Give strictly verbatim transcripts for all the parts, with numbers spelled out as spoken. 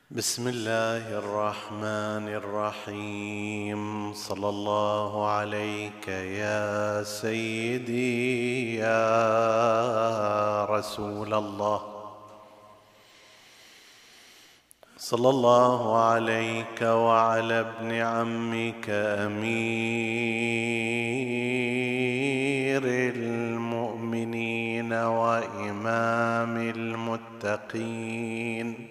بسم الله الرحمن الرحيم. صلى الله عليك يا سيدي يا رسول الله. صلى الله عليك وعلى ابن عمك أمير المؤمنين وإمام المتقين.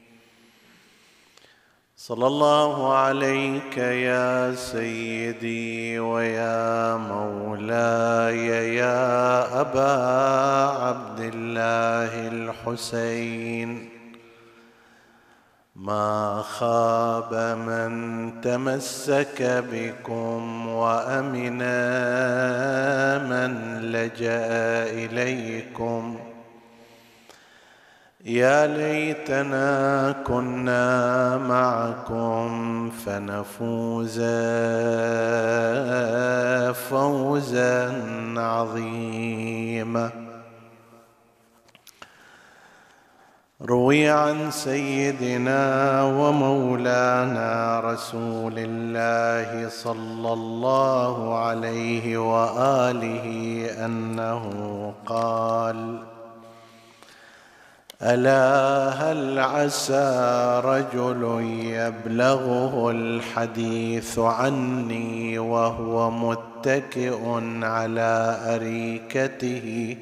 صلى الله عليك يا سيدي ويا مولاي يا أبا عبد الله الحسين. ما خاب من تمسك بكم وأمن من لجأ إليكم. يا ليتنا كنا معكم فنفوز فوزا عظيما. روي عن سيدنا ومولانا رسول الله صلى الله عليه وآله أنه قال: ألا هل عسى رجل يبلغه الحديث عني وهو متكئ على أريكته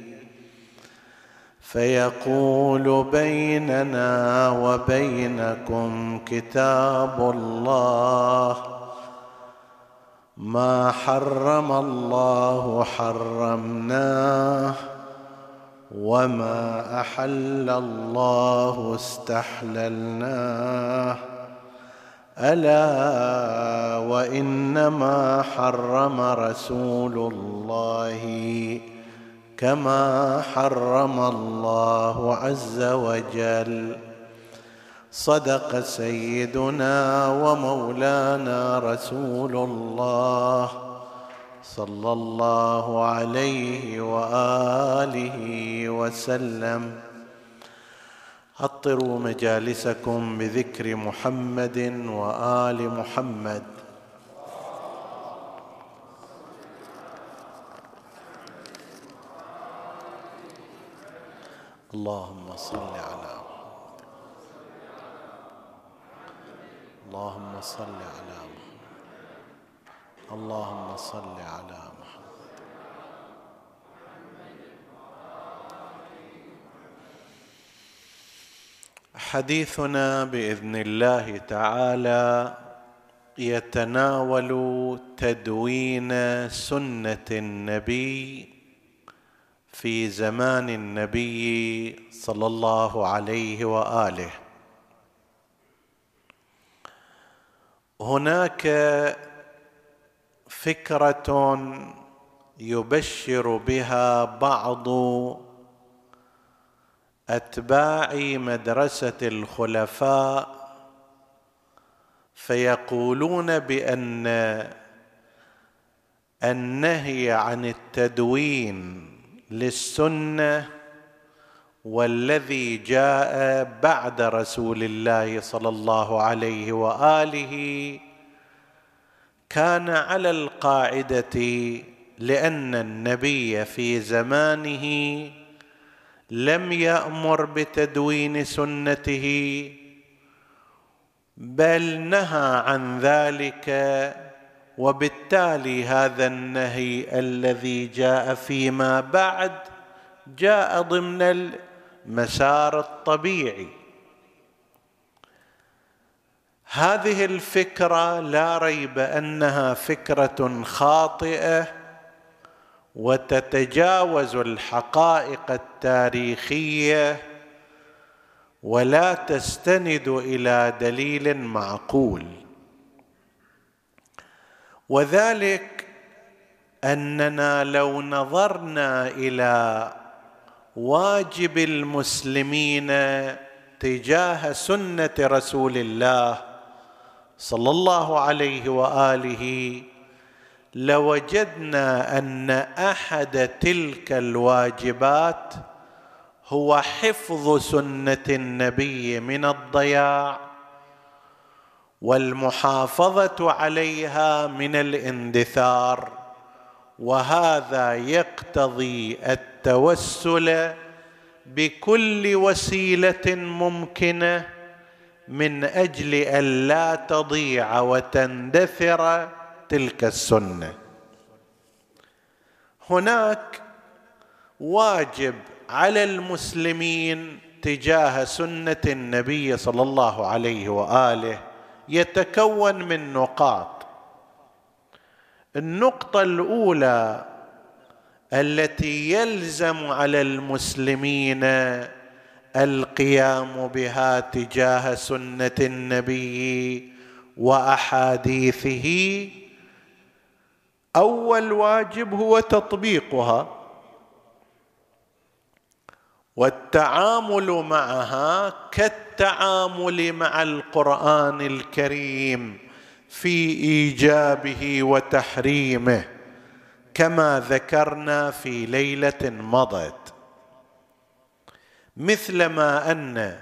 فيقول: بيننا وبينكم كتاب الله، ما حرم الله حرمناه، وما أحل الله استحللناه. ألا وإنما حرم رسول الله كما حرم الله عز وجل. صدق سيدنا ومولانا رسول الله صلى الله عليه وآله وسلم. عطروا مجالسكم بذكر محمد وآل محمد. اللهم صل على محمد. اللهم صل على محمد. اللهم صل على محمد. حديثنا بإذن الله تعالى يتناول تدوين سنة النبي في زمان النبي صلى الله عليه وآله. هناك فكرة يبشر بها بعض أتباع مدرسة الخلفاء، فيقولون بأن النهي عن التدوين للسنة والذي جاء بعد رسول الله صلى الله عليه وآله كان على القاعدة، لأن النبي في زمانه لم يأمر بتدوين سنته، بل نهى عن ذلك، وبالتالي هذا النهي الذي جاء فيما بعد جاء ضمن المسار الطبيعي. هذه الفكرة لا ريب أنها فكرة خاطئة وتتجاوز الحقائق التاريخية ولا تستند إلى دليل معقول، وذلك أننا لو نظرنا إلى واجب المسلمين تجاه سنة رسول الله صلى الله عليه وآله لوجدنا أن أحد تلك الواجبات هو حفظ سنة النبي من الضياع والمحافظة عليها من الاندثار، وهذا يقتضي التوسل بكل وسيلة ممكنة من أجل أن لا تضيع وتندثر تلك السنة. هناك واجب على المسلمين تجاه سنة النبي صلى الله عليه وآله يتكون من نقاط. النقطة الأولى التي يلزم على المسلمين القيام بها تجاه سنة النبي وأحاديثه، أول واجب هو تطبيقها والتعامل معها كالتعامل مع القرآن الكريم في إيجابه وتحريمه، كما ذكرنا في ليلة مضت. مثلما أن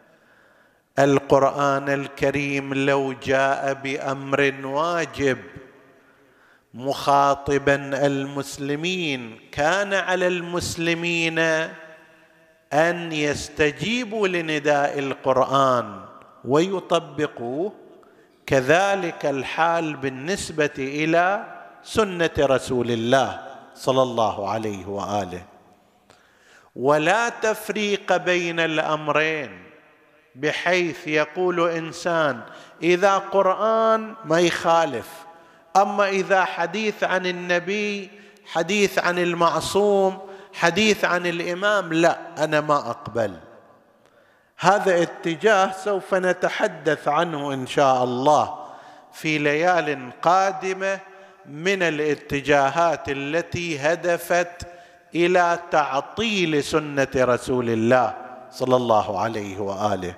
القرآن الكريم لو جاء بأمر واجب مخاطبا المسلمين كان على المسلمين أن يستجيبوا لنداء القرآن ويطبقوه، كذلك الحال بالنسبة إلى سنة رسول الله صلى الله عليه وآله، ولا تفريق بين الأمرين، بحيث يقول إنسان إذا قرآن ما يخالف، أما إذا حديث عن النبي، حديث عن المعصوم، حديث عن الإمام، لا أنا ما أقبل. هذا اتجاه سوف نتحدث عنه إن شاء الله في ليال قادمة من الاتجاهات التي هدفت إلى تعطيل سنة رسول الله صلى الله عليه وآله.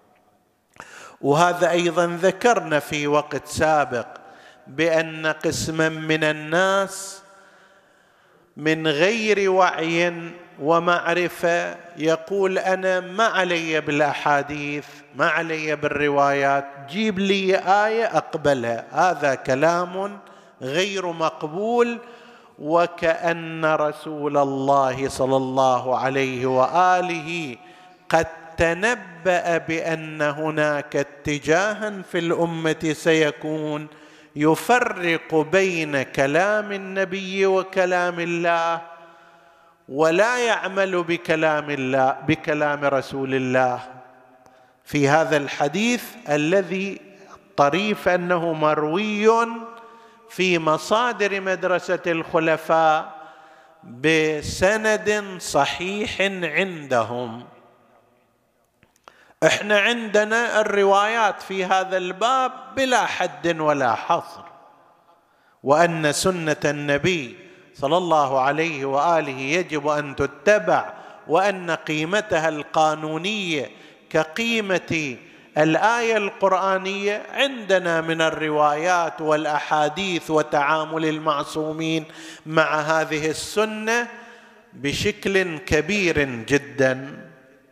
وهذا أيضا ذكرنا في وقت سابق بأن قسما من الناس من غير وعي ومعرفة يقول أنا ما علي بالأحاديث، ما علي بالروايات، جيب لي آية أقبلها. هذا كلام غير مقبول، وكأن رسول الله صلى الله عليه وآله قد تنبأ بأن هناك اتجاها في الأمة سيكون يفرق بين كلام النبي وكلام الله، ولا يعمل بكلام الله بكلام رسول الله. في هذا الحديث الذي طريف أنه مروي في مصادر مدرسة الخلفاء بسند صحيح عندهم. احنا عندنا الروايات في هذا الباب بلا حد ولا حصر، وأن سنة النبي صلى الله عليه وآله يجب أن تتبع، وأن قيمتها القانونية كقيمة الآية القرآنية عندنا من الروايات والأحاديث وتعامل المعصومين مع هذه السنة بشكل كبير جدا.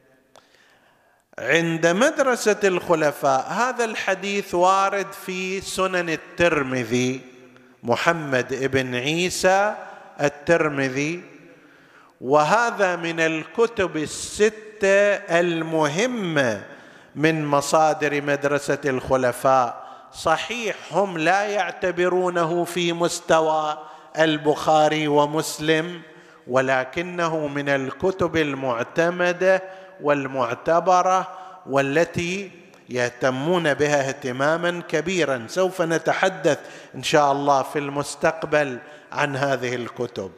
عند مدرسة الخلفاء هذا الحديث وارد في سنن الترمذي، محمد ابن عيسى الترمذي، وهذا من الكتب الستة المهمة من مصادر مدرسة الخلفاء. صحيح هم لا يعتبرونه في مستوى البخاري ومسلم، ولكنه من الكتب المعتمدة والمعتبرة والتي يهتمون بها اهتماما كبيرا. سوف نتحدث إن شاء الله في المستقبل عن هذه الكتب.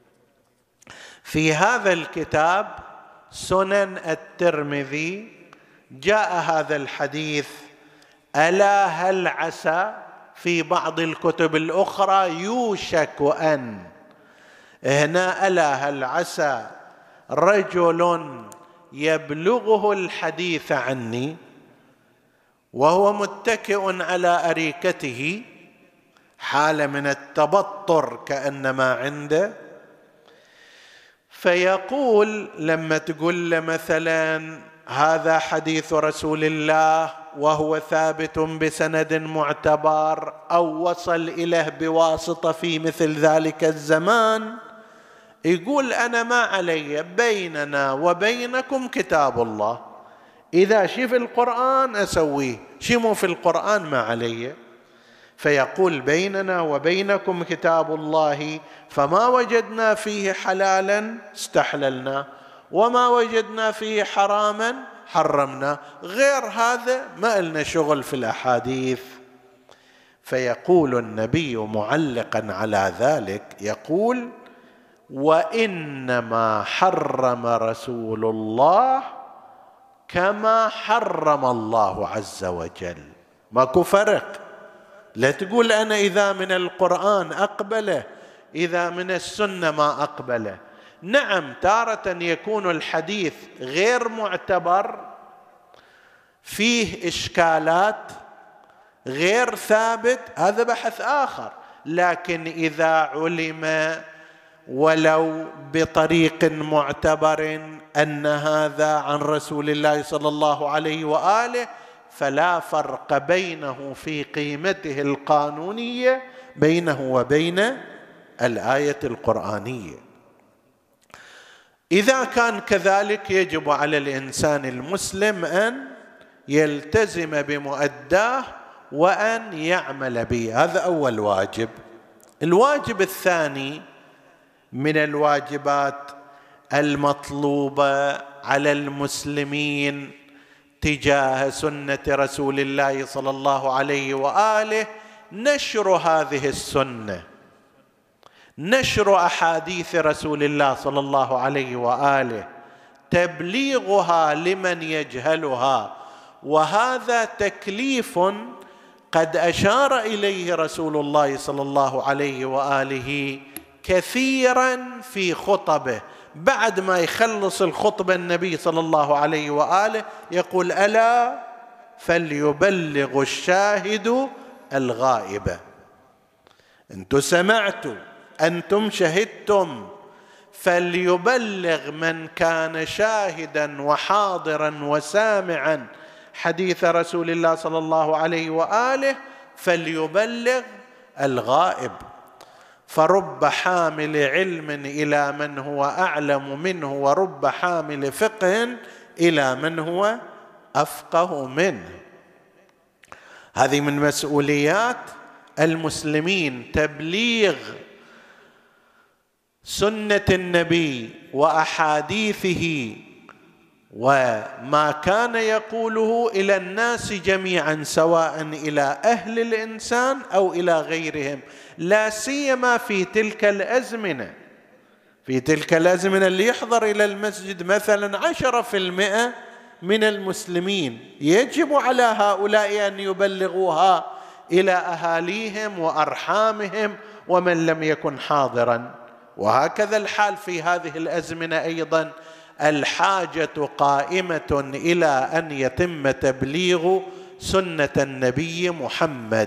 في هذا الكتاب سنن الترمذي جاء هذا الحديث: ألا هل عسى، في بعض الكتب الأخرى يوشك أن، هنا ألا هل عسى رجل يبلغه الحديث عني وهو متكئ على أريكته، حالة من التبطر كأنما عنده، فيقول لما تقول له مثلا هذا حديث رسول الله وهو ثابت بسند معتبر أو وصل إليه بواسطة في مثل ذلك الزمان، يقول أنا ما علي، بيننا وبينكم كتاب الله، إذا شي في القرآن أسويه، شي مو في القرآن ما علي. فيقول بيننا وبينكم كتاب الله، فما وجدنا فيه حلالا استحللنا، وما وجدنا فيه حراما حرمنا، غير هذا ما لنا شغل في الأحاديث. فيقول النبي معلقا على ذلك، يقول: وإنما حرم رسول الله كما حرم الله عز وجل. ماكو فرق، لا تقول أنا إذا من القرآن أقبله، إذا من السنة ما أقبله. نعم، تارة يكون الحديث غير معتبر، فيه إشكالات، غير ثابت، هذا بحث آخر. لكن إذا علم ولو بطريق معتبر أن هذا عن رسول الله صلى الله عليه وآله، فلا فرق بينه في قيمته القانونية بينه وبين الآية القرآنية. إذا كان كذلك يجب على الإنسان المسلم أن يلتزم بمؤداه وأن يعمل به، هذا أول واجب. الواجب الثاني من الواجبات المطلوبة على المسلمين تجاه سنة رسول الله صلى الله عليه وآله نشر هذه السنة، نشر أحاديث رسول الله صلى الله عليه وآله، تبليغها لمن يجهلها. وهذا تكليف قد أشار إليه رسول الله صلى الله عليه وآله كثيرا في خطبه. بعد ما يخلص الخطبة النبي صلى الله عليه وآله يقول: ألا فليبلغ الشاهد الغائب. أنتم سمعتوا، أنتم شهدتم، فليبلغ من كان شاهدا وحاضرا وسامعا حديث رسول الله صلى الله عليه وآله، فليبلغ الغائب. فرب حامل علم إلى من هو أعلم منه، ورب حامل فقه إلى من هو أفقه منه. هذه من مسؤوليات المسلمين، تبليغ سنة النبي وأحاديثه وما كان يقوله إلى الناس جميعا، سواء إلى أهل الإنسان أو إلى غيرهم، لا سيما في تلك الأزمنة. في تلك الأزمنة اللي يحضر إلى المسجد مثلا عشرة في المئة من المسلمين، يجب على هؤلاء أن يبلغوها إلى أهاليهم وأرحامهم ومن لم يكن حاضرا. وهكذا الحال في هذه الأزمنة أيضا، الحاجة قائمة إلى أن يتم تبليغ سنة النبي محمد.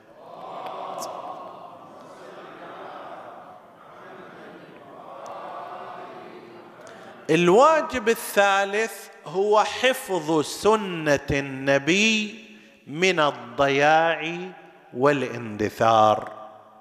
الواجب الثالث هو حفظ سنة النبي من الضياع والاندثار.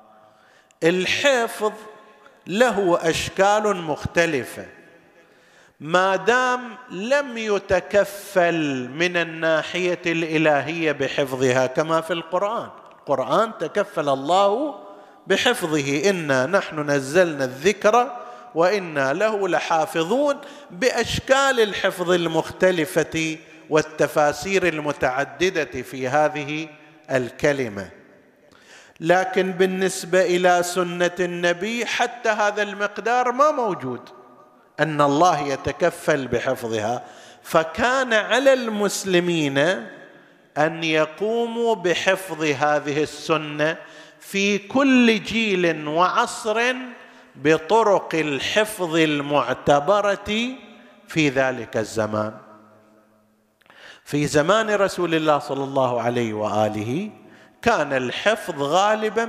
الحفظ له أشكال مختلفة، ما دام لم يتكفل من الناحية الإلهية بحفظها كما في القرآن. القرآن تكفل الله بحفظه: إنا نحن نزلنا الذكر وإنا له لحافظون، بأشكال الحفظ المختلفة والتفاسير المتعددة في هذه الكلمة. لكن بالنسبة إلى سنة النبي حتى هذا المقدار ما موجود، أن الله يتكفل بحفظها. فكان على المسلمين أن يقوموا بحفظ هذه السنة في كل جيل وعصر بطرق الحفظ المعتبرة في ذلك الزمان. في زمان رسول الله صلى الله عليه وآله كان الحفظ غالبا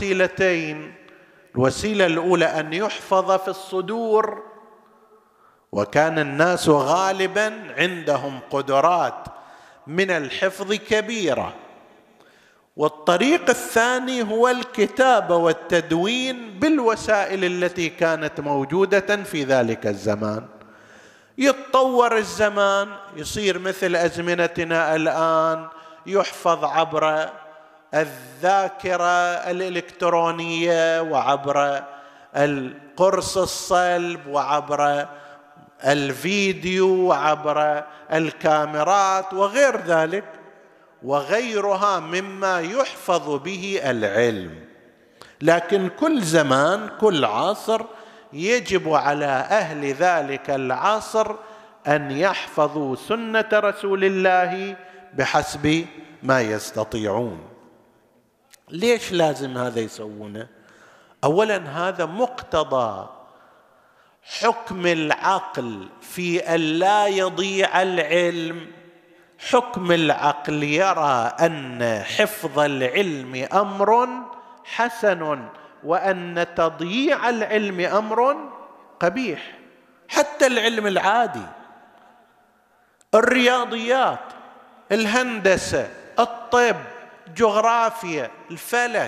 بوسيلتين: الوسيلة الأولى أن يحفظ في الصدور، وكان الناس غالبا عندهم قدرات من الحفظ كبيرة. والطريق الثاني هو الكتابة والتدوين بالوسائل التي كانت موجودة في ذلك الزمان. يتطور الزمان، يصير مثل أزمنتنا الآن، يحفظ عبر الذاكرة الإلكترونية وعبر القرص الصلب وعبر الفيديو وعبر الكاميرات وغير ذلك وغيرها مما يحفظ به العلم. لكن كل زمان كل عصر يجب على أهل ذلك العصر أن يحفظوا سنة رسول الله بحسب ما يستطيعون. ليش لازم هذا يسوونه؟ أولا هذا مقتضى حكم العقل في أن لا يضيع العلم. حكم العقل يرى أن حفظ العلم أمر حسن وأن تضييع العلم أمر قبيح. حتى العلم العادي، الرياضيات، الهندسة، الطب، جغرافيا، الفلك،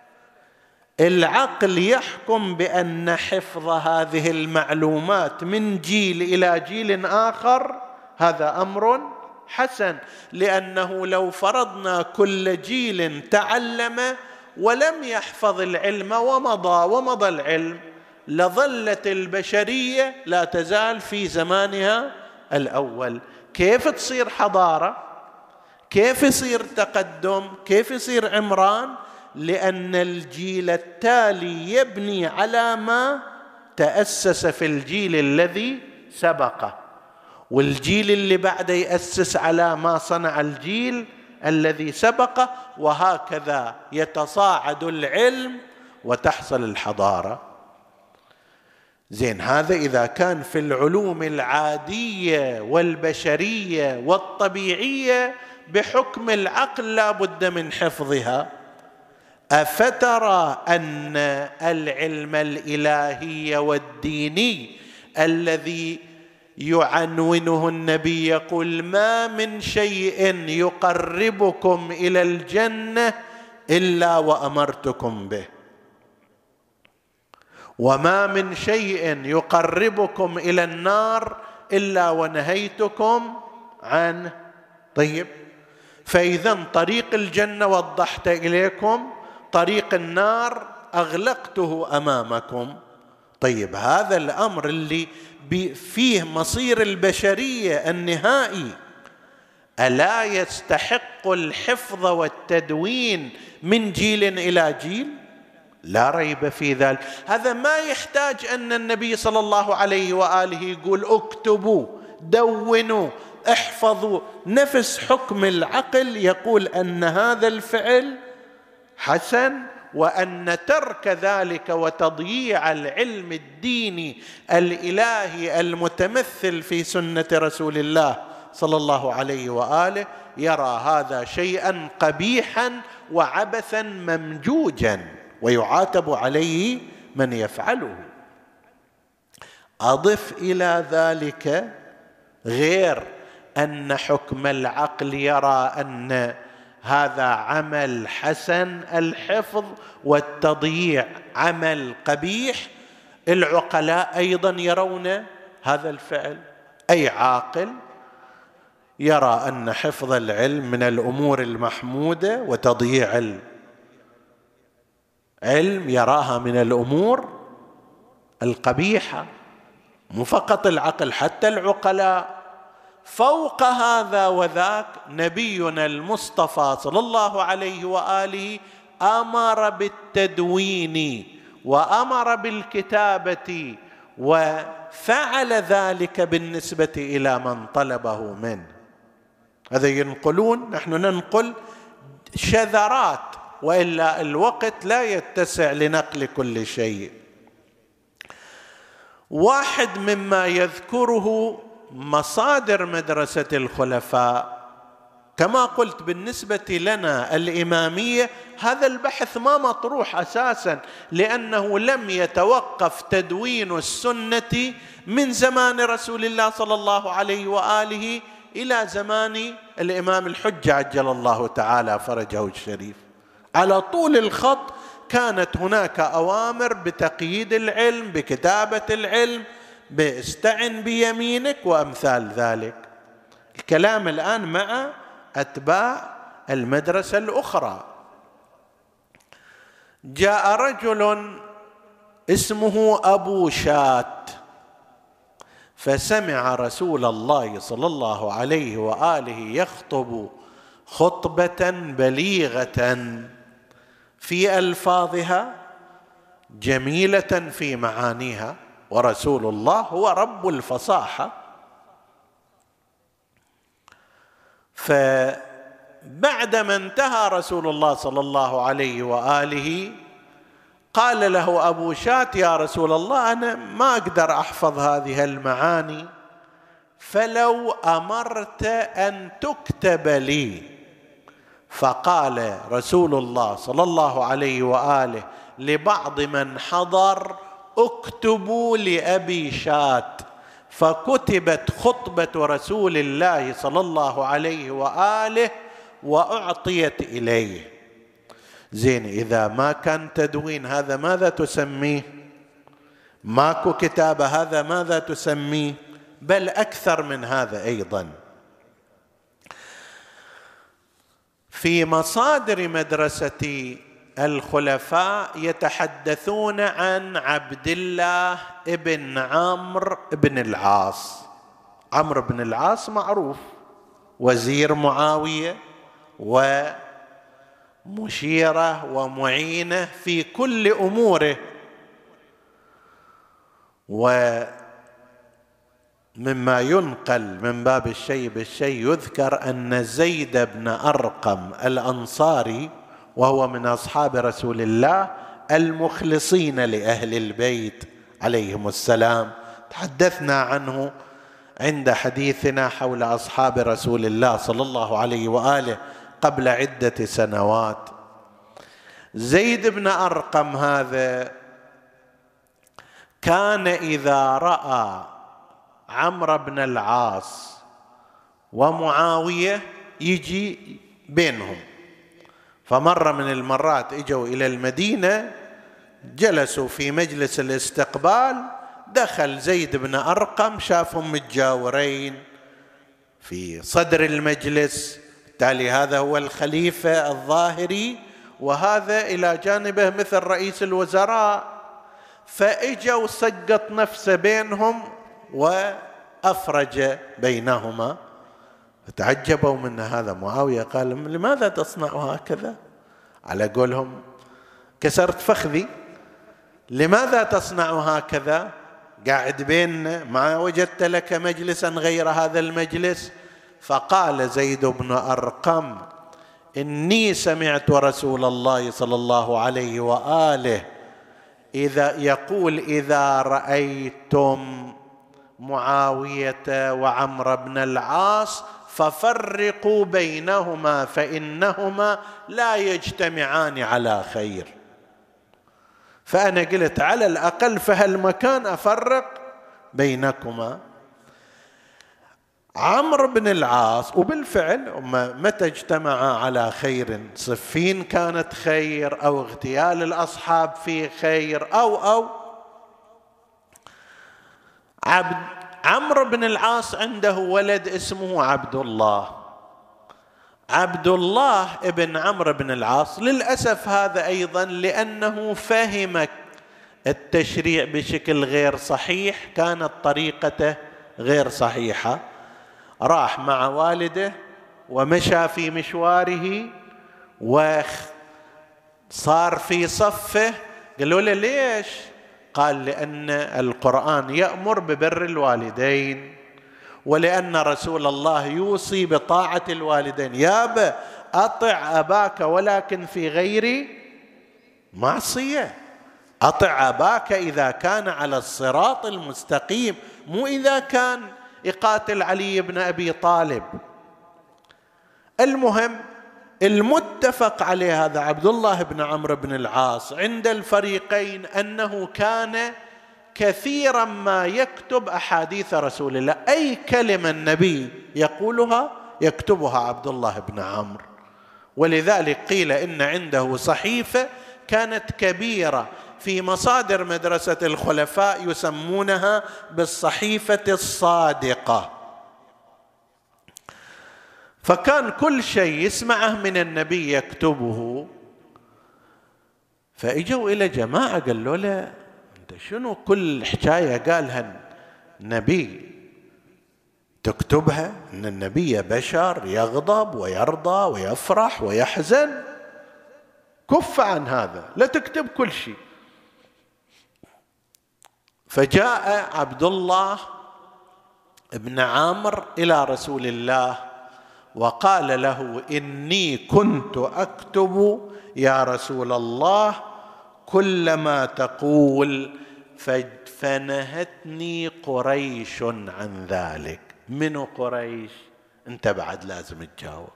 العقل يحكم بأن حفظ هذه المعلومات من جيل إلى جيل آخر هذا أمر حسن، لأنه لو فرضنا كل جيل تعلم ولم يحفظ العلم ومضى ومضى العلم لظلت البشرية لا تزال في زمانها الأول. كيف تصير حضارة؟ كيف يصير تقدم؟ كيف يصير عمران؟ لأن الجيل التالي يبني على ما تأسس في الجيل الذي سبقه، والجيل اللي بعده يأسس على ما صنع الجيل الذي سبقه، وهكذا يتصاعد العلم وتحصل الحضارة. زين، هذا إذا كان في العلوم العادية والبشرية والطبيعية بحكم العقل لا بد من حفظها. أفترى أن العلم الإلهي والديني الذي يعنونه النبي يقول ما من شيء يقربكم إلى الجنة إلا وأمرتكم به، وما من شيء يقربكم إلى النار إلا ونهيتكم عنه. طيب، فإذا طريق الجنة وضحت إليكم، طريق النار أغلقته أمامكم. طيب، هذا الأمر اللي فيه مصير البشرية النهائي ألا يستحق الحفظ والتدوين من جيل إلى جيل؟ لا ريب في ذلك. هذا ما يحتاج أن النبي صلى الله عليه وآله يقول اكتبوا، دونوا، احفظوا. نفس حكم العقل يقول أن هذا الفعل حسن، وأن ترك ذلك وتضييع العلم الديني الإلهي المتمثل في سنة رسول الله صلى الله عليه وآله يرى هذا شيئا قبيحا وعبثا ممجوجا ويعاتب عليه من يفعله. أضف إلى ذلك غير أن حكم العقل يرى أن هذا عمل حسن الحفظ والتضييع عمل قبيح، العقلاء أيضا يرون هذا الفعل. أي عاقل يرى أن حفظ العلم من الأمور المحمودة وتضييع العلم يراها من الأمور القبيحة. مو فقط العقل، حتى العقلاء. فوق هذا وذاك نبينا المصطفى صلى الله عليه وآله أمر بالتدوين وأمر بالكتابة، وفعل ذلك بالنسبة إلى من طلبه منه. هذا ينقلون، نحن ننقل شذرات، وإلا الوقت لا يتسع لنقل كل شيء. واحد مما يذكره مصادر مدرسة الخلفاء كما قلت بالنسبة لنا الإمامية هذا البحث ما مطروح أساسا، لأنه لم يتوقف تدوين السنة من زمان رسول الله صلى الله عليه وآله إلى زمان الإمام الحجة عجل الله تعالى فرجه الشريف. على طول الخط كانت هناك أوامر بتقييد العلم، بكتابة العلم، باستعن بيمينك وأمثال ذلك. الكلام الآن مع أتباع المدرسة الأخرى. جاء رجل اسمه أبو شات فسمع رسول الله صلى الله عليه وآله يخطب خطبة بليغة في ألفاظها جميلة في معانيها، ورسول الله هو رب الفصاحة. فبعدما انتهى رسول الله صلى الله عليه وآله قال له أبو شات: يا رسول الله، أنا ما أقدر أحفظ هذه المعاني، فلو أمرت أن تكتب لي. فقال رسول الله صلى الله عليه وآله لبعض من حضر: اكتبوا لأبي شات. فكتبت خطبة رسول الله صلى الله عليه وآله وأعطيت إليه. زين، إذا ما كان تدوين هذا ماذا تسميه؟ ماكو كتابة هذا ماذا تسميه؟ بل أكثر من هذا أيضا. في مصادر مدرسة الخلفاء يتحدثون عن عبد الله ابن عمرو بن العاص. عمرو بن العاص معروف، وزير معاوية ومشيرة ومعينة في كل أموره. ومما ينقل من باب الشيء بالشيء يذكر أن زيد بن أرقم الأنصاري، وهو من أصحاب رسول الله المخلصين لأهل البيت عليهم السلام، تحدثنا عنه عند حديثنا حول أصحاب رسول الله صلى الله عليه وآله قبل عدة سنوات. زيد بن أرقم هذا كان إذا رأى عمرو بن العاص ومعاوية يجي بينهم. فمرة من المرات اجوا إلى المدينة، جلسوا في مجلس الاستقبال، دخل زيد بن أرقم شافهم متجاورين في صدر المجلس، بالتالي هذا هو الخليفة الظاهري وهذا إلى جانبه مثل رئيس الوزراء، فإجوا سقط نفسه بينهم وأفرج بينهما. فتعجبوا من هذا. معاوية قال: لماذا تصنع هكذا؟ على قولهم كسرت فخذي، لماذا تصنع هكذا؟ قاعد بيننا، ما وجدت لك مجلسا غير هذا المجلس؟ فقال زيد بن أرقم: إني سمعت رسول الله صلى الله عليه وآله إذا يقول: إذا رأيتم معاوية وعمرو بن العاص ففرقوا بينهما فإنهما لا يجتمعان على خير. فأنا قلت على الأقل في هالمكان أفرق بينكما. عمرو بن العاص، وبالفعل متى اجتمعا على خير؟ صفين كانت خير، أو اغتيال الأصحاب في خير، أو أو عبد عمرو بن العاص عنده ولد اسمه عبد الله. عبد الله ابن عمرو بن العاص للأسف هذا أيضا لأنه فهم التشريع بشكل غير صحيح، كانت طريقته غير صحيحة، راح مع والده ومشى في مشواره وصار في صفه. قالوا له: ليش؟ قال: لأن القرآن يأمر ببر الوالدين، ولأن رسول الله يوصي بطاعة الوالدين. يابا أطع أباك ولكن في غير معصية، أطع أباك إذا كان على الصراط المستقيم، مو إذا كان يقاتل علي بن أبي طالب. المهم المتفق عليه هذا عبد الله بن عمرو بن العاص عند الفريقين أنه كان كثيرا ما يكتب أحاديث رسول الله، أي كلمة النبي يقولها يكتبها عبد الله بن عمرو. ولذلك قيل إن عنده صحيفة كانت كبيرة في مصادر مدرسة الخلفاء يسمونها بالصحيفة الصادقة، فكان كل شيء يسمعه من النبي يكتبه. فإجوا إلى جماعة قالوا له أنت شنو كل حكاية قالها النبي تكتبها؟ إن النبي بشر يغضب ويرضى ويفرح ويحزن، كف عن هذا، لا تكتب كل شيء. فجاء عبد الله بن عامر إلى رسول الله وقال له إني كنت أكتب يا رسول الله كل ما تقول فنهتني قريش عن ذلك. من قريش؟ أنت بعد لازم تجاوب.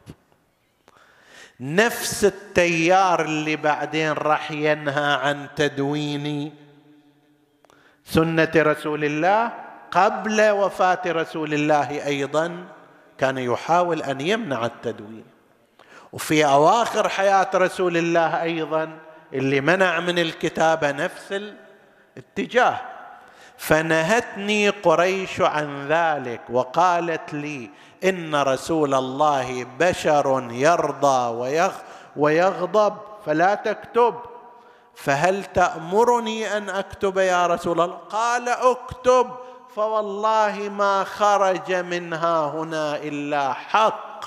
نفس التيار اللي بعدين راح ينهى عن تدوين سنة رسول الله قبل وفاة رسول الله أيضا كان يحاول أن يمنع التدوين، وفي أواخر حياة رسول الله أيضا اللي منع من الكتابة نفس الاتجاه. فنهتني قريش عن ذلك وقالت لي إن رسول الله بشر يرضى ويغضب فلا تكتب، فهل تأمرني أن أكتب يا رسول الله؟ قال اكتب، فوالله ما خرج منها هنا إلا حق.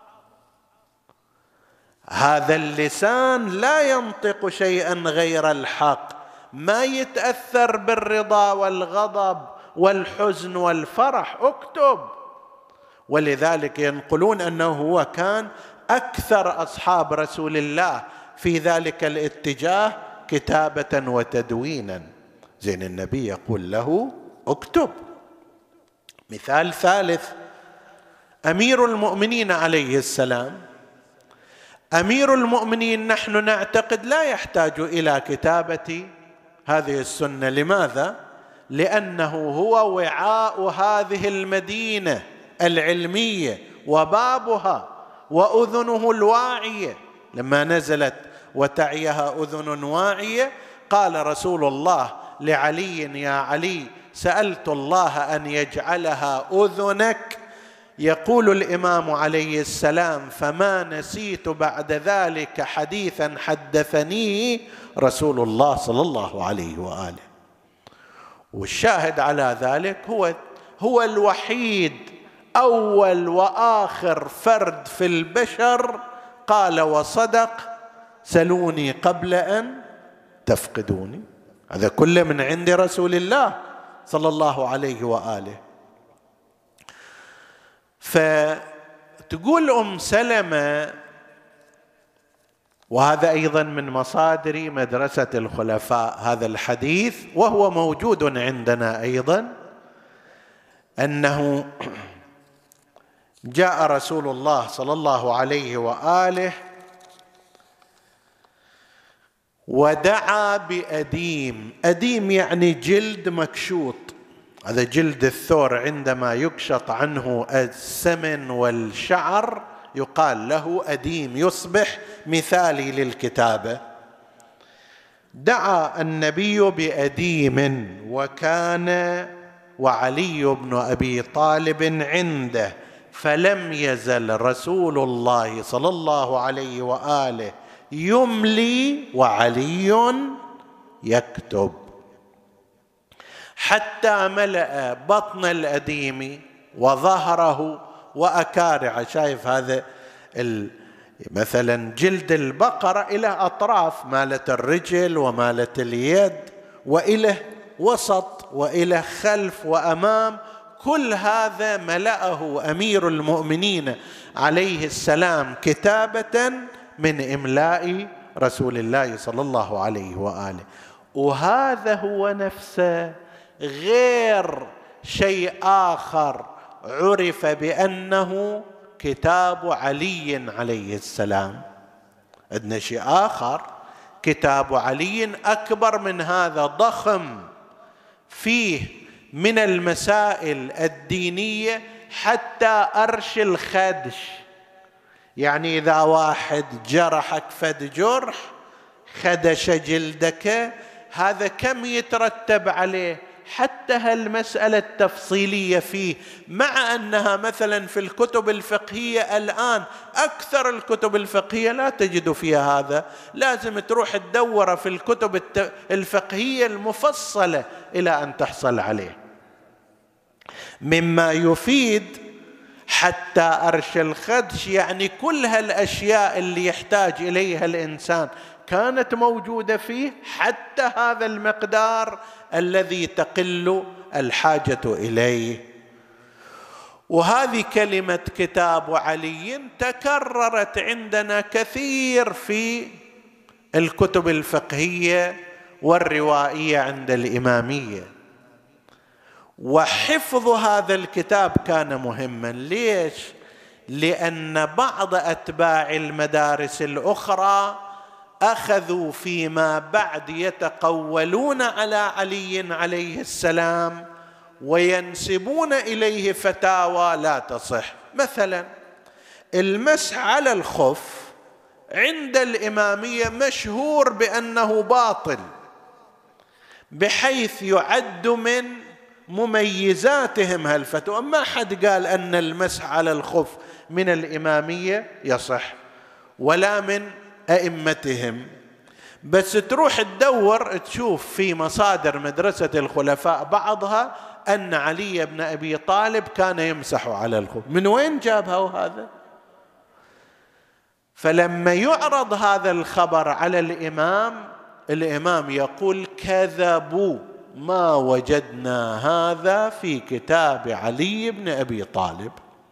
هذا اللسان لا ينطق شيئا غير الحق، ما يتأثر بالرضا والغضب والحزن والفرح، اكتب. ولذلك ينقلون أنه هو كان أكثر أصحاب رسول الله في ذلك الاتجاه كتابة وتدوينا. زين النبي يقول له اكتب. مثال ثالث، أمير المؤمنين عليه السلام. أمير المؤمنين نحن نعتقد لا يحتاج إلى كتابة هذه السنة. لماذا؟ لأنه هو وعاء هذه المدينة العلمية وبابها وأذنه الواعية. لما نزلت وتعيها أذن واعية قال رسول الله لعلي يا علي سألت الله أن يجعلها أذنك. يقول الإمام عليه السلام فما نسيت بعد ذلك حديثا حدثنيه رسول الله صلى الله عليه وآله. والشاهد على ذلك هو هو الوحيد أول وآخر فرد في البشر قال وصدق سلوني قبل أن تفقدوني. هذا كله من عند رسول الله صلى الله عليه وآله. فتقول أم سلمة، وهذا أيضا من مصادر مدرسة الخلفاء هذا الحديث وهو موجود عندنا أيضا، أنه جاء رسول الله صلى الله عليه وآله ودعا بأديم. أديم يعني جلد مكشوط، هذا جلد الثور عندما يكشط عنه السمن والشعر يقال له أديم، يصبح مثالي للكتابة. دعا النبي بأديم وكان وعلي بن أبي طالب عنده، فلم يزل رسول الله صلى الله عليه وآله يملي وعلي يكتب حتى ملأ بطن الأديم وظهره وأكارعه. شايف هذا مثلا جلد البقرة إلى أطراف، مالة الرجل ومالة اليد وإلى وسط وإلى خلف وأمام، كل هذا ملأه أمير المؤمنين عليه السلام كتابة من إملاء رسول الله صلى الله عليه وآله. وهذا هو نفسه غير شيء آخر عرف بأنه كتاب علي عليه السلام. عندنا شيء آخر، كتاب علي أكبر من هذا، ضخم، فيه من المسائل الدينية حتى أرش الخدش. يعني إذا واحد جرحك فد جرح، خدش جلدك، هذا كم يترتب عليه، حتى هالمسألة التفصيلية فيه، مع أنها مثلا في الكتب الفقهية الآن أكثر الكتب الفقهية لا تجد فيها هذا، لازم تروح تدور في الكتب الفقهية المفصلة إلى أن تحصل عليه. مما يفيد حتى أرش الخدش، يعني كل هالأشياء اللي يحتاج إليها الإنسان كانت موجودة فيه، حتى هذا المقدار الذي تقل الحاجة إليه. وهذه كلمة كتاب علي تكررت عندنا كثير في الكتب الفقهية والروائية عند الإمامية. وحفظ هذا الكتاب كان مهما. ليش؟ لأن بعض أتباع المدارس الأخرى أخذوا فيما بعد يتقولون على علي عليه السلام وينسبون إليه فتاوى لا تصح. مثلا المسح على الخف عند الإمامية مشهور بأنه باطل، بحيث يعد من مميزاتهم هالفتوى. ما حد قال أن المسح على الخف من الإمامية يصح ولا من أئمتهم، بس تروح تدور تشوف في مصادر مدرسة الخلفاء بعضها أن علي بن أبي طالب كان يمسح على الخف. من وين جابها وهذا؟ فلما يعرض هذا الخبر على الإمام، الإمام يقول كذبوا، ما وجدنا هذا في كتاب علي بن أبي طالب.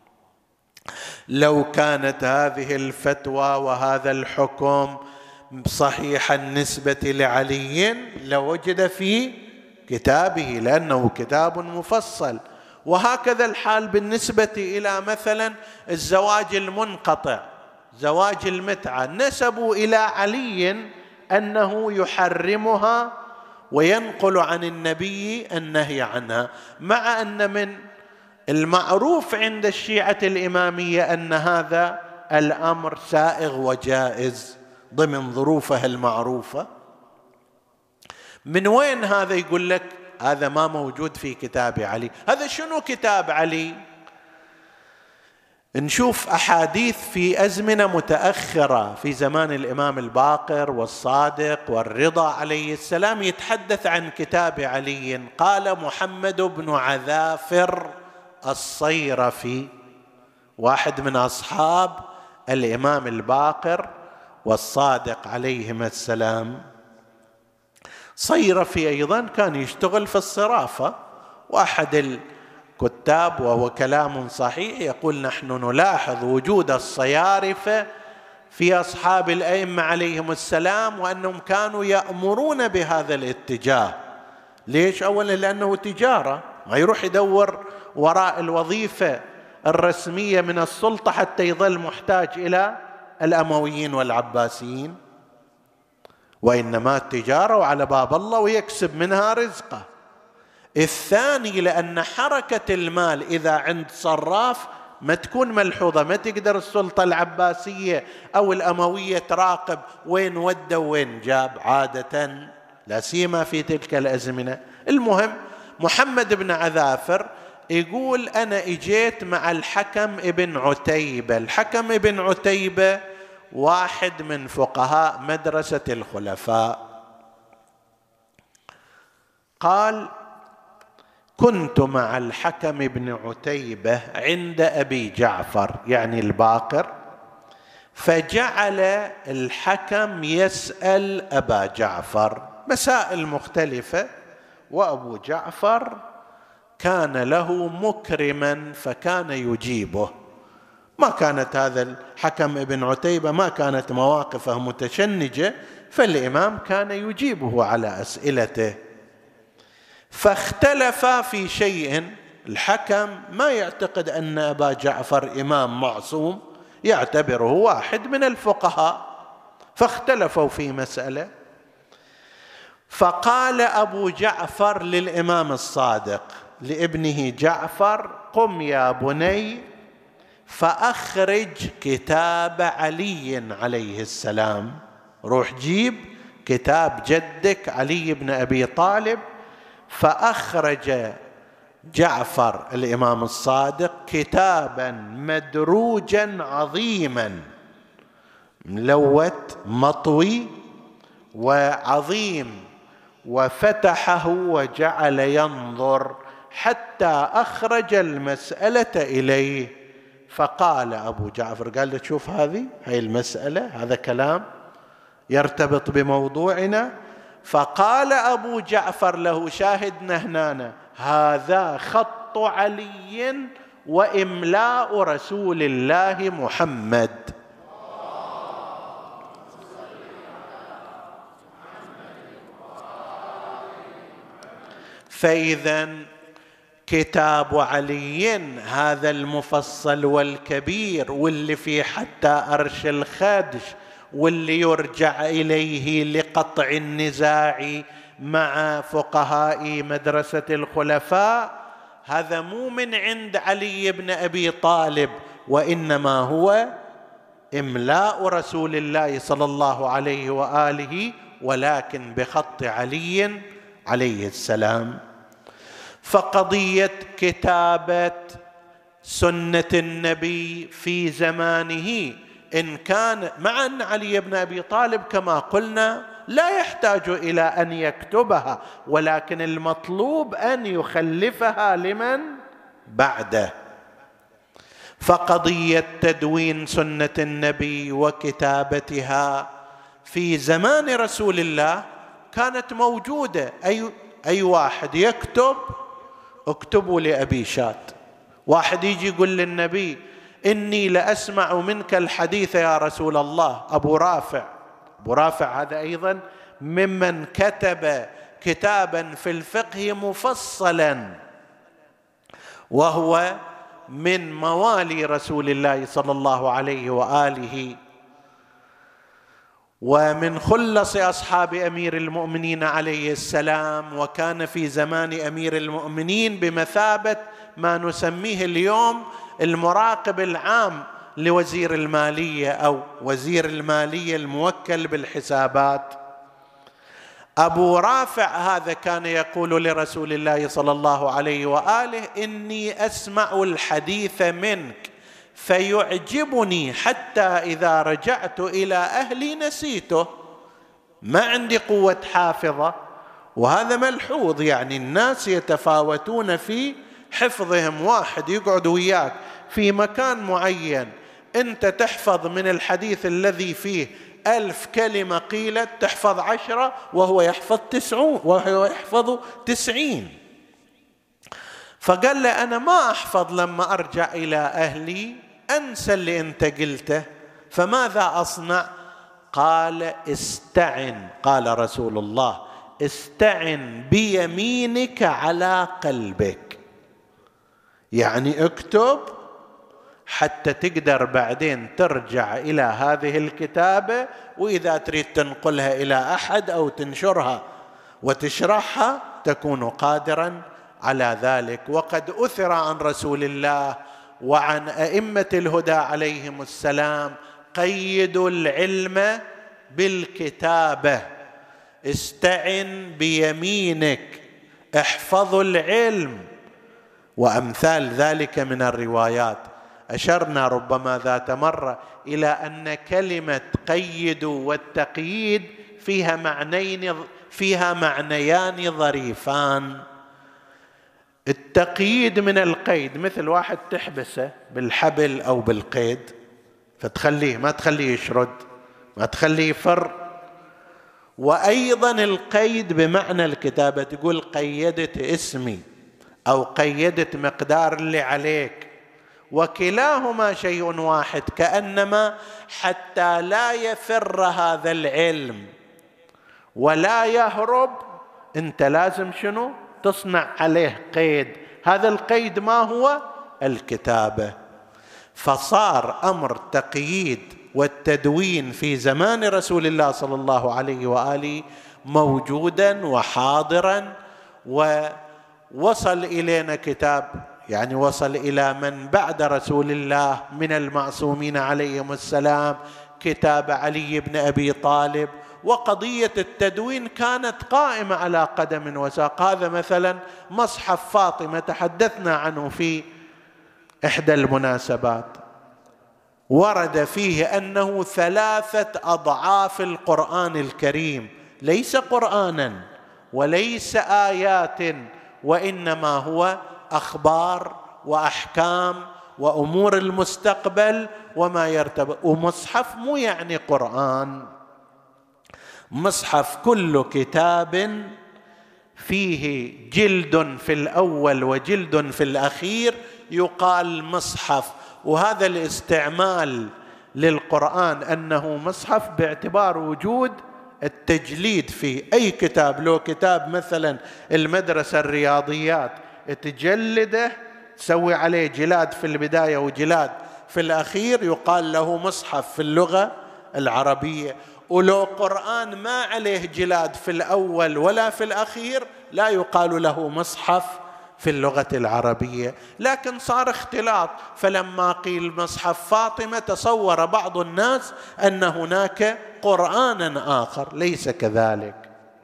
لو كانت هذه الفتوى وهذا الحكم صحيحا النسبة لعلي لوجد في كتابه، لأنه كتاب مفصل. وهكذا الحال بالنسبة إلى مثلا الزواج المنقطع، زواج المتعة، نسبوا إلى علي أنه يحرمها وينقل عن النبي النهي عنها، مع أن من المعروف عند الشيعة الإمامية أن هذا الأمر سائغ وجائز ضمن ظروفها المعروفة. من وين هذا؟ يقول لك هذا ما موجود في كتاب علي. هذا شنو كتاب علي؟ نشوف أحاديث في أزمنة متأخرة في زمان الإمام الباقر والصادق والرضا عليه السلام يتحدث عن كتاب علي. قال محمد بن عذافر الصيرفي، واحد من أصحاب الإمام الباقر والصادق عليهما السلام، صيرفي أيضا كان يشتغل في الصرافة. واحد الكتاب وهو كلام صحيح يقول نحن نلاحظ وجود الصيارفة في أصحاب الأئمة عليهم السلام، وأنهم كانوا يأمرون بهذا الاتجاه. ليش؟ أولا لأنه تجارة، ما يروح يدور وراء الوظيفة الرسمية من السلطة حتى يظل محتاج إلى الأمويين والعباسيين، وإنما التجارة وعلى باب الله ويكسب منها رزقه. الثاني لأن حركة المال إذا عند صراف ما تكون ملحوظة، ما تقدر السلطة العباسية أو الأموية تراقب وين ودى وين جاب عادة، لا سيما في تلك الأزمنة. المهم محمد بن عذافر يقول أنا إجيت مع الحكم ابن عتيبة. الحكم ابن عتيبة واحد من فقهاء مدرسة الخلفاء. قال كنت مع الحكم ابن عتيبة عند أبي جعفر يعني الباقر، فجعل الحكم يسأل أبا جعفر مسائل مختلفة، وأبو جعفر كان له مكرما فكان يجيبه. ما كانت هذا الحكم ابن عتيبة ما كانت مواقفه متشنجة، فالإمام كان يجيبه على أسئلته. فاختلف في شيء الحكم ما يعتقد أن أبا جعفر إمام معصوم، يعتبره واحد من الفقهاء، فاختلفوا في مسألة. فقال أبو جعفر للإمام الصادق لابنه جعفر: قم يا بني فأخرج كتاب علي عليه السلام، روح جيب كتاب جدك علي بن أبي طالب. فأخرج جعفر الإمام الصادق كتابا مدروجا عظيما ملوث مطوي وعظيم، وفتحه وجعل ينظر حتى أخرج المسألة إليه. فقال أبو جعفر، قال له: شوف هذه هاي المسألة، هذا كلام يرتبط بموضوعنا. فقال أبو جعفر له: شاهدنا هنا، هذا خط علي وإملاء رسول الله محمد. فإذا كتاب علي هذا المفصل والكبير، واللي فيه حتى أرش الخدش، واللي يرجع إليه لقطع النزاع مع فقهاء مدرسة الخلفاء، هذا مو من عند علي بن أبي طالب، وإنما هو إملاء رسول الله صلى الله عليه وآله، ولكن بخط علي عليه السلام. فقضية كتابة سنة النبي في زمانه، إن كان مع أن علي بن أبي طالب كما قلنا لا يحتاج إلى أن يكتبها، ولكن المطلوب أن يخلفها لمن بعده. فقضية تدوين سنة النبي وكتابتها في زمان رسول الله كانت موجودة. أي, أي واحد يكتب: اكتبوا لأبي شات. واحد يجي يقول للنبي: إني لأسمع منك الحديث يا رسول الله. أبو رافع أبو رافع هذا أيضا ممن كتب كتابا في الفقه مفصلا، وهو من موالي رسول الله صلى الله عليه وآله، ومن خلص أصحاب أمير المؤمنين عليه السلام، وكان في زمان أمير المؤمنين بمثابة ما نسميه اليوم المراقب العام لوزير المالية أو وزير المالية الموكل بالحسابات. أبو رافع هذا كان يقول لرسول الله صلى الله عليه وآله: إني أسمع الحديث منك فيعجبني حتى إذا رجعت إلى أهلي نسيته، ما عندي قوة حافظة. وهذا ملحوظ، يعني الناس يتفاوتون في حفظهم. واحد يقعد وياك في مكان معين، أنت تحفظ من الحديث الذي فيه ألف كلمة قيلت تحفظ عشرة، وهو يحفظ تسعون وهو يحفظ تسعين. فقال له: أنا ما أحفظ، لما أرجع إلى أهلي أنسى اللي أنت قلته، فماذا أصنع؟ قال: استعن، قال رسول الله: استعن بيمينك على قلبك، يعني اكتب حتى تقدر بعدين ترجع إلى هذه الكتابة، وإذا تريد تنقلها إلى أحد أو تنشرها وتشرحها تكون قادرا على ذلك. وقد أثر عن رسول الله وعن أئمة الهدى عليهم السلام: قيدوا العلم بالكتابة، استعن بيمينك، احفظوا العلم، وأمثال ذلك من الروايات. أشرنا ربما ذات مرة إلى أن كلمة قيد والتقييد فيها معنيين فيها معنيان ظريفان. التقييد من القيد، مثل واحد تحبسه بالحبل أو بالقيد فتخليه ما تخليه يشرد، ما تخليه يفر. وأيضا القيد بمعنى الكتابة، تقول قيدت اسمي أو قيدت مقدار اللي عليك، وكلاهما شيء واحد، كأنما حتى لا يفر هذا العلم ولا يهرب، أنت لازم شنو؟ تصنع عليه قيد، هذا القيد ما هو؟ الكتابة. فصار أمر تقييد والتدوين في زمان رسول الله صلى الله عليه وآله موجودا وحاضرا، ووصل إلينا كتاب، يعني وصل إلى من بعد رسول الله من المعصومين عليهم السلام كتاب علي بن أبي طالب، وقضية التدوين كانت قائمة على قدم وساق. هذا مثلا مصحف فاطمة تحدثنا عنه في إحدى المناسبات، ورد فيه أنه ثلاثة أضعاف القرآن الكريم، ليس قرآنا وليس آيات، وإنما هو أخبار وأحكام وأمور المستقبل وما يرتبط. ومصحف مو يعني قرآن، مصحف كل كتاب فيه جلد في الأول وجلد في الأخير يقال مصحف. وهذا الاستعمال للقرآن أنه مصحف باعتبار وجود التجليد في أي كتاب. لو كتاب مثلا المدرسة الرياضيات تجلده، تسوي عليه جلاد في البداية وجلاد في الأخير، يقال له مصحف في اللغة العربية. ولو قرآن ما عليه جلاد في الأول ولا في الأخير لا يقال له مصحف في اللغة العربية. لكن صار اختلاط، فلما قيل مصحف فاطمة تصور بعض الناس أن هناك قرآنا آخر، ليس كذلك.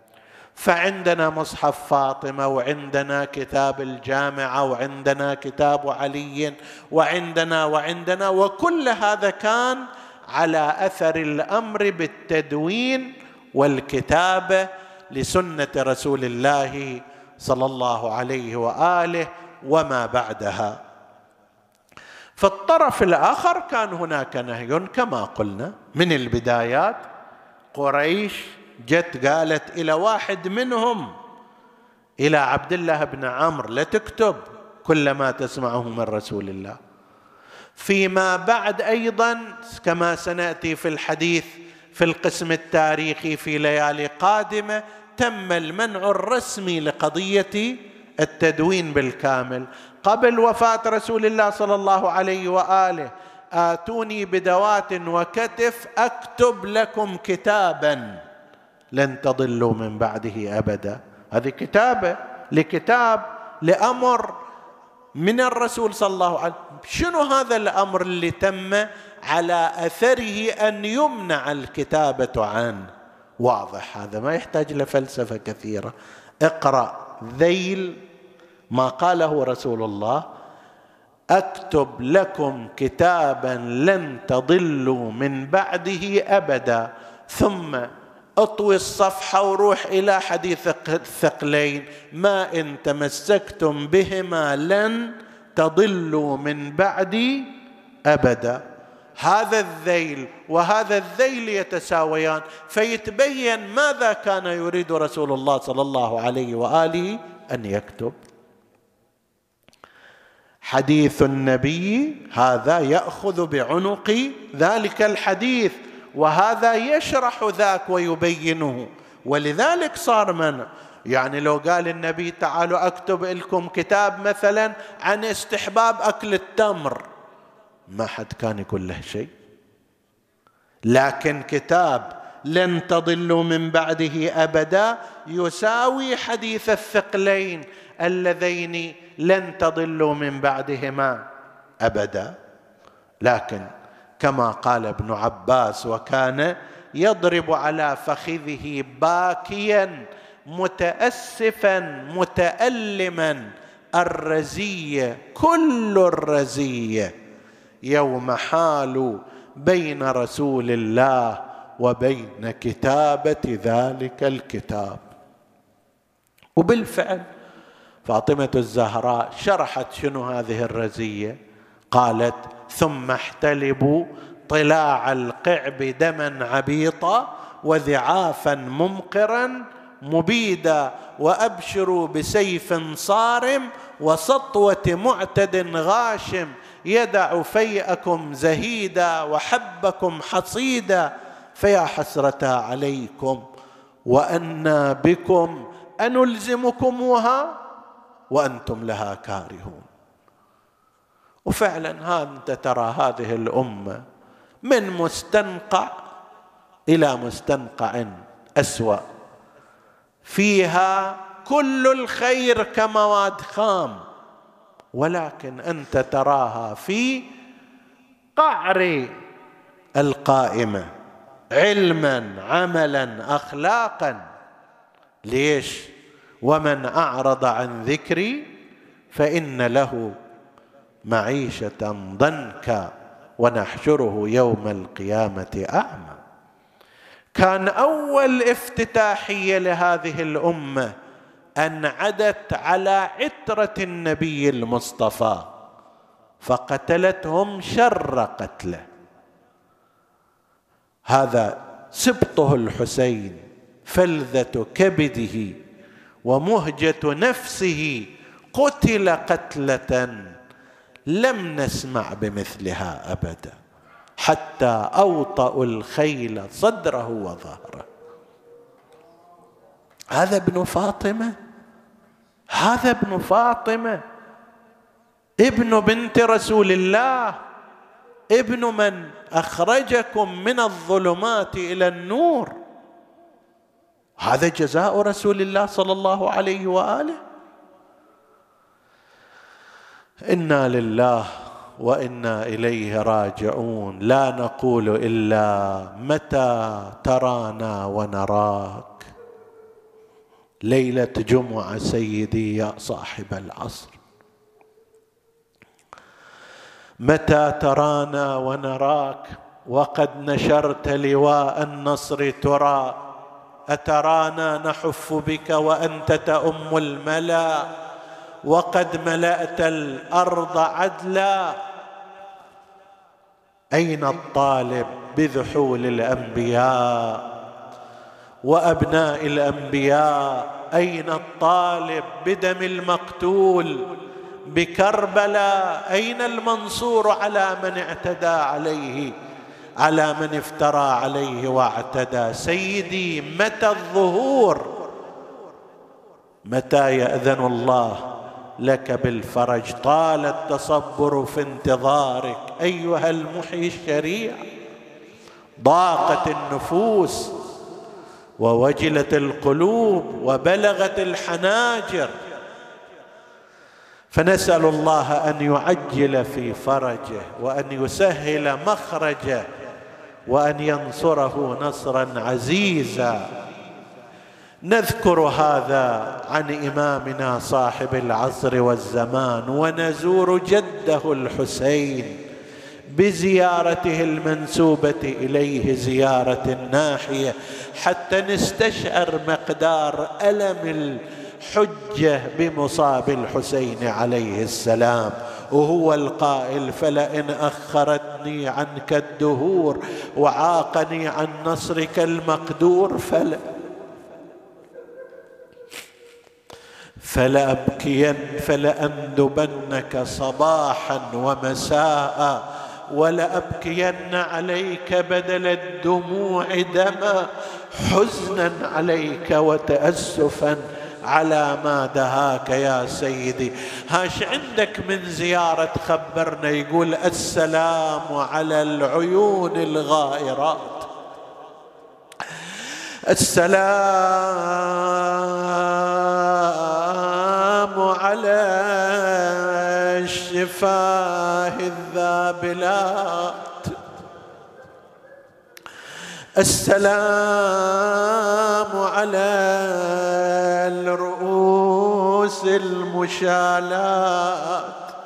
فعندنا مصحف فاطمة، وعندنا كتاب الجامعة، وعندنا كتاب علي، وعندنا وعندنا وكل هذا كان على أثر الأمر بالتدوين والكتابة لسنة رسول الله صلى الله عليه وآله وما بعدها. فالطرف الآخر كان هناك نهي كما قلنا من البدايات. قريش جت قالت إلى واحد منهم، إلى عبد الله بن عمرو، لا تكتب كل ما تسمعه من رسول الله. فيما بعد أيضا كما سنأتي في الحديث في القسم التاريخي في ليالي قادمة، تم المنع الرسمي لقضية التدوين بالكامل. قبل وفاة رسول الله صلى الله عليه وآله: آتوني بدوات وكتف أكتب لكم كتابا لن تضلوا من بعده أبدا. هذه كتابة لكتاب لأمر من الرسول صلى الله عليه وسلم. شنو هذا الأمر اللي تم على أثره أن يمنع الكتابة عنه؟ واضح، هذا ما يحتاج لفلسفة كثيرة. اقرأ ذيل ما قاله رسول الله: أكتب لكم كتابا لن تضلوا من بعده أبدا، ثم اطوي الصفحة وروح إلى حديث الثقلين: ما إن تمسكتم بهما لن تضلوا من بعدي أبدا. هذا الذيل وهذا الذيل يتساويان، فيتبين ماذا كان يريد رسول الله صلى الله عليه وآله أن يكتب. حديث النبي هذا يأخذ بعنق ذلك الحديث، وهذا يشرح ذاك ويبينه. ولذلك صار منع. يعني لو قال النبي: تعالوا أكتب لكم كتاب مثلا عن استحباب أكل التمر، ما حد كان يقول له شيء. لكن كتاب لن تضلوا من بعده أبدا يساوي حديث الثقلين اللذين لن تضلوا من بعدهما أبدا. لكن كما قال ابن عباس: وكان يضرب على فخذه باكيا متأسفا متألما الرزية كل الرزية يوم حالوا بين رسول الله وبين كتابة ذلك الكتاب. وبالفعل فاطمة الزهراء شرحت شنو هذه الرزية، قالت: ثم احتلبوا طلاع القعب دما عبيطا وذعافا ممقرا مبيدا، وأبشروا بسيف صارم وسطوة معتد غاشم، يدع فيئكم زهيدا وحبكم حصيدا، فيا حسرة عليكم وأنا بكم أنلزمكموها. وأنتم لها كارهون. وفعلا ها أنت ترى هذه الأمة من مستنقع إلى مستنقع أسوأ، فيها كل الخير كمواد خام، ولكن أنت تراها في قعر القائمة علما عملا أخلاقا. ليش؟ ومن أعرض عن ذكري فإن له معيشة ضنكا ونحشره يوم القيامة أعمى. كان أول افتتاحية لهذه الأمة أن عدت على عترة النبي المصطفى فقتلتهم شر قتله. هذا سبطه الحسين، فلذة كبده ومهجة نفسه، قتل قتلة لم نسمع بمثلها أبدا، حتى أوطأوا الخيل صدره وظهره. هذا ابن فاطمة، هذا ابن فاطمة، ابن بنت رسول الله، ابن من أخرجكم من الظلمات إلى النور. هذا جزاء رسول الله صلى الله عليه وآله. إنا لله وإنا إليه راجعون. لا نقول إلا متى ترانا ونراك. ليلة جمعة سيدي يا صاحب العصر، متى ترانا ونراك وقد نشرت لواء النصر ترى، أترانا نحف بك وأنت تؤم الملا، وقد ملأت الأرض عدلا. أين الطالب بذحول الأنبياء وأبناء الأنبياء؟ أين الطالب بدم المقتول بكربلاء؟ أين المنصور على من اعتدى عليه، على من افترى عليه واعتدى؟ سيدي متى الظهور؟ متى يأذن الله لك بالفرج؟ طال التصبر في انتظارك أيها المحيي الشريع. ضاقت النفوس ووجلت القلوب وبلغت الحناجر، فنسأل الله أن يعجل في فرجه وأن يسهل مخرجه وأن ينصره نصرا عزيزا. نذكر هذا عن إمامنا صاحب العصر والزمان، ونزور جده الحسين بزيارته المنسوبة إليه زيارة ناحية، حتى نستشعر مقدار ألم الحجة بمصاب الحسين عليه السلام، وهو القائل: فلئن أخرتني عنك الدهور وعاقني عن نصرك المقدور فلا فلأبكين فلأندبنك صباحا ومساء، ولأبكين عليك بدل الدموع دما، حزنا عليك وتأسفا على ما دهاك يا سيدي. هاش عندك من زيارة خبرنا؟ يقول: السلام على العيون الغائرات، السلام على الشفاه الذابلات، السلام على الرؤوس المشالات،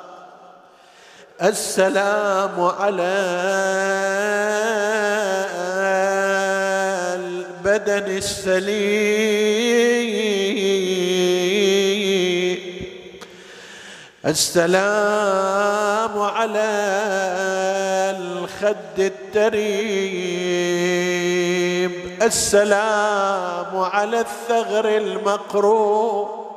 السلام على البدن السليم، السلام على الخد التريب، السلام على الثغر المقروء،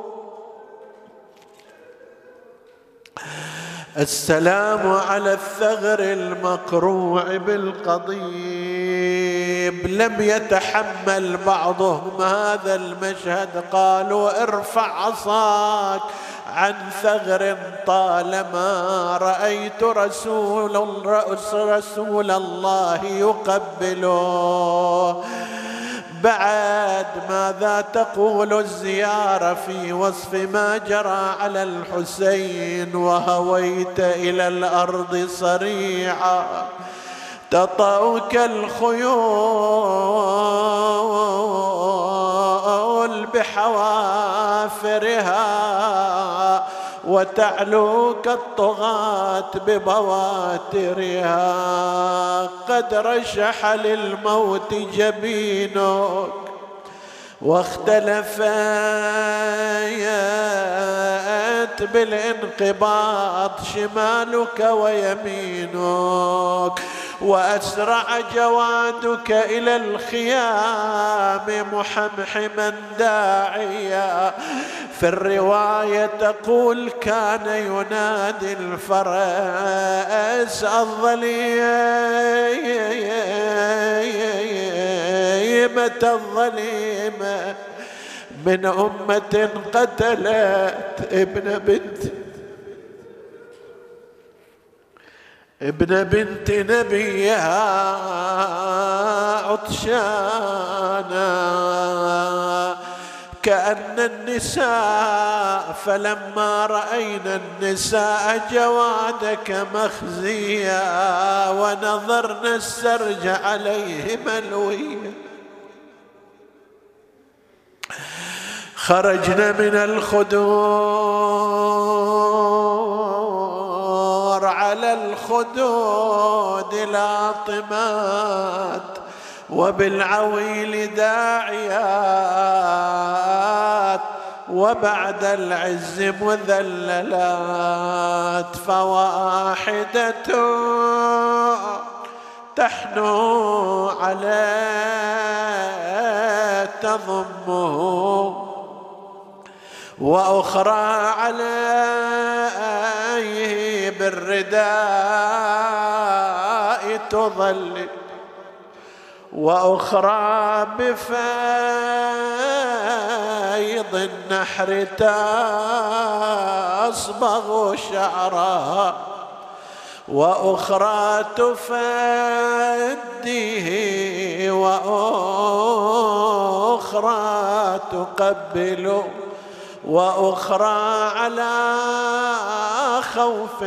السلام على الثغر المقروع بالقضيب، لم يتحمل بعضهم هذا المشهد، قالوا ارفع عصاك عن ثغر طالما رأيت رسول, رسول الله يقبله. بعد ماذا تقول الزيارة في وصف ما جرى على الحسين؟ وهويت إلى الأرض صريعا تطأك الخيول بحوافرها وتعلوك الطغاة ببواترها. قد رشح للموت جبينك واختلفت بالانقباض شمالك ويمينك، وأسرع جوادك إلى الخيام محمحما داعيا. في الرواية تقول كان ينادي الفرس الظليمة الظليمة من أمة قتلت ابن بنت ابن بنت نبيها عطشانا. كأن النساء فلما رأينا النساء جوادك مخزيا ونظرنا السرج عليه ملويا، خرجنا من الخدور على الخدود لاطمات وبالعويل داعيات وبعد العز مذللات. فواحدة تحنو عليه تضمه وأخرى عليه بالرداء تظلل وأخرى بفيض النحر تصبغ شعرها وأخرى تفديه وأخرى تقبل وأخرى على خوف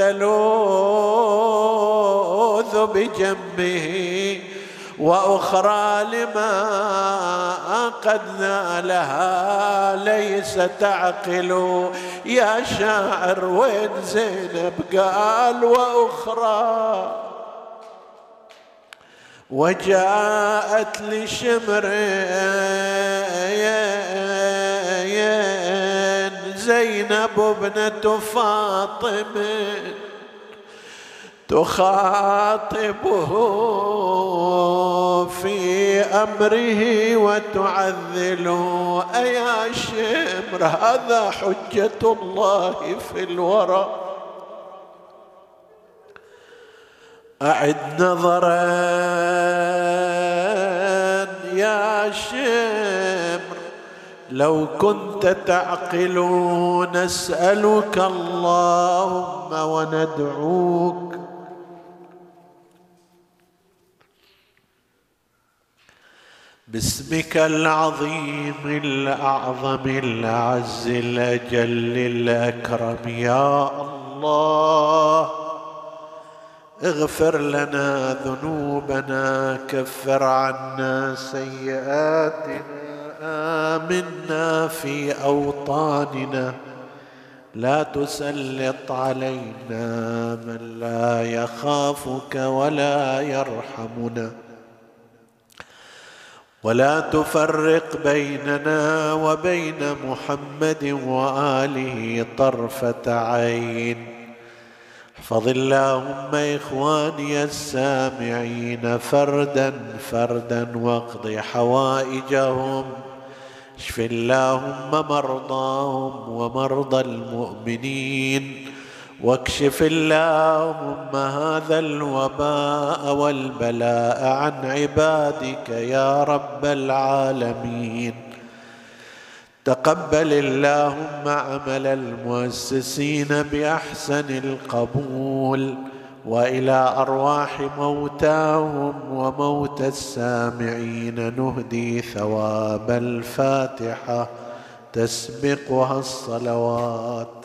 تلوذ بجنبه وأخرى لما قد نالها ليس تعقل. يا شاعر وين زينب؟ قال وأخرى وجاءت لشمر زينب ابنة فاطمة تخاطبه في أمره وتعذله. أيا شمر هذا حجة الله في الورى، أعد نظرا يا شمر لو كنت تعقل نسألك اللهم وندعوك. باسمك العظيم الأعظم الأعز الأجل الأكرم يا الله، اغفر لنا ذنوبنا، كفر عنا سيئاتنا، آمنا في أوطاننا، لا تسلط علينا من لا يخافك ولا يرحمنا، ولا تفرق بيننا وبين محمد وآله طرفة عين. احفظ اللهم إخواني السامعين فردا فردا واقض حوائجهم، اشف اللهم مرضاهم ومرضى المؤمنين، واكشف اللهم هذا الوباء والبلاء عن عبادك يا رب العالمين. تقبل اللهم عمل المؤسسين بأحسن القبول، وإلى أرواح موتاهم وموتى السامعين نهدي ثواب الفاتحة تسبقها الصلوات.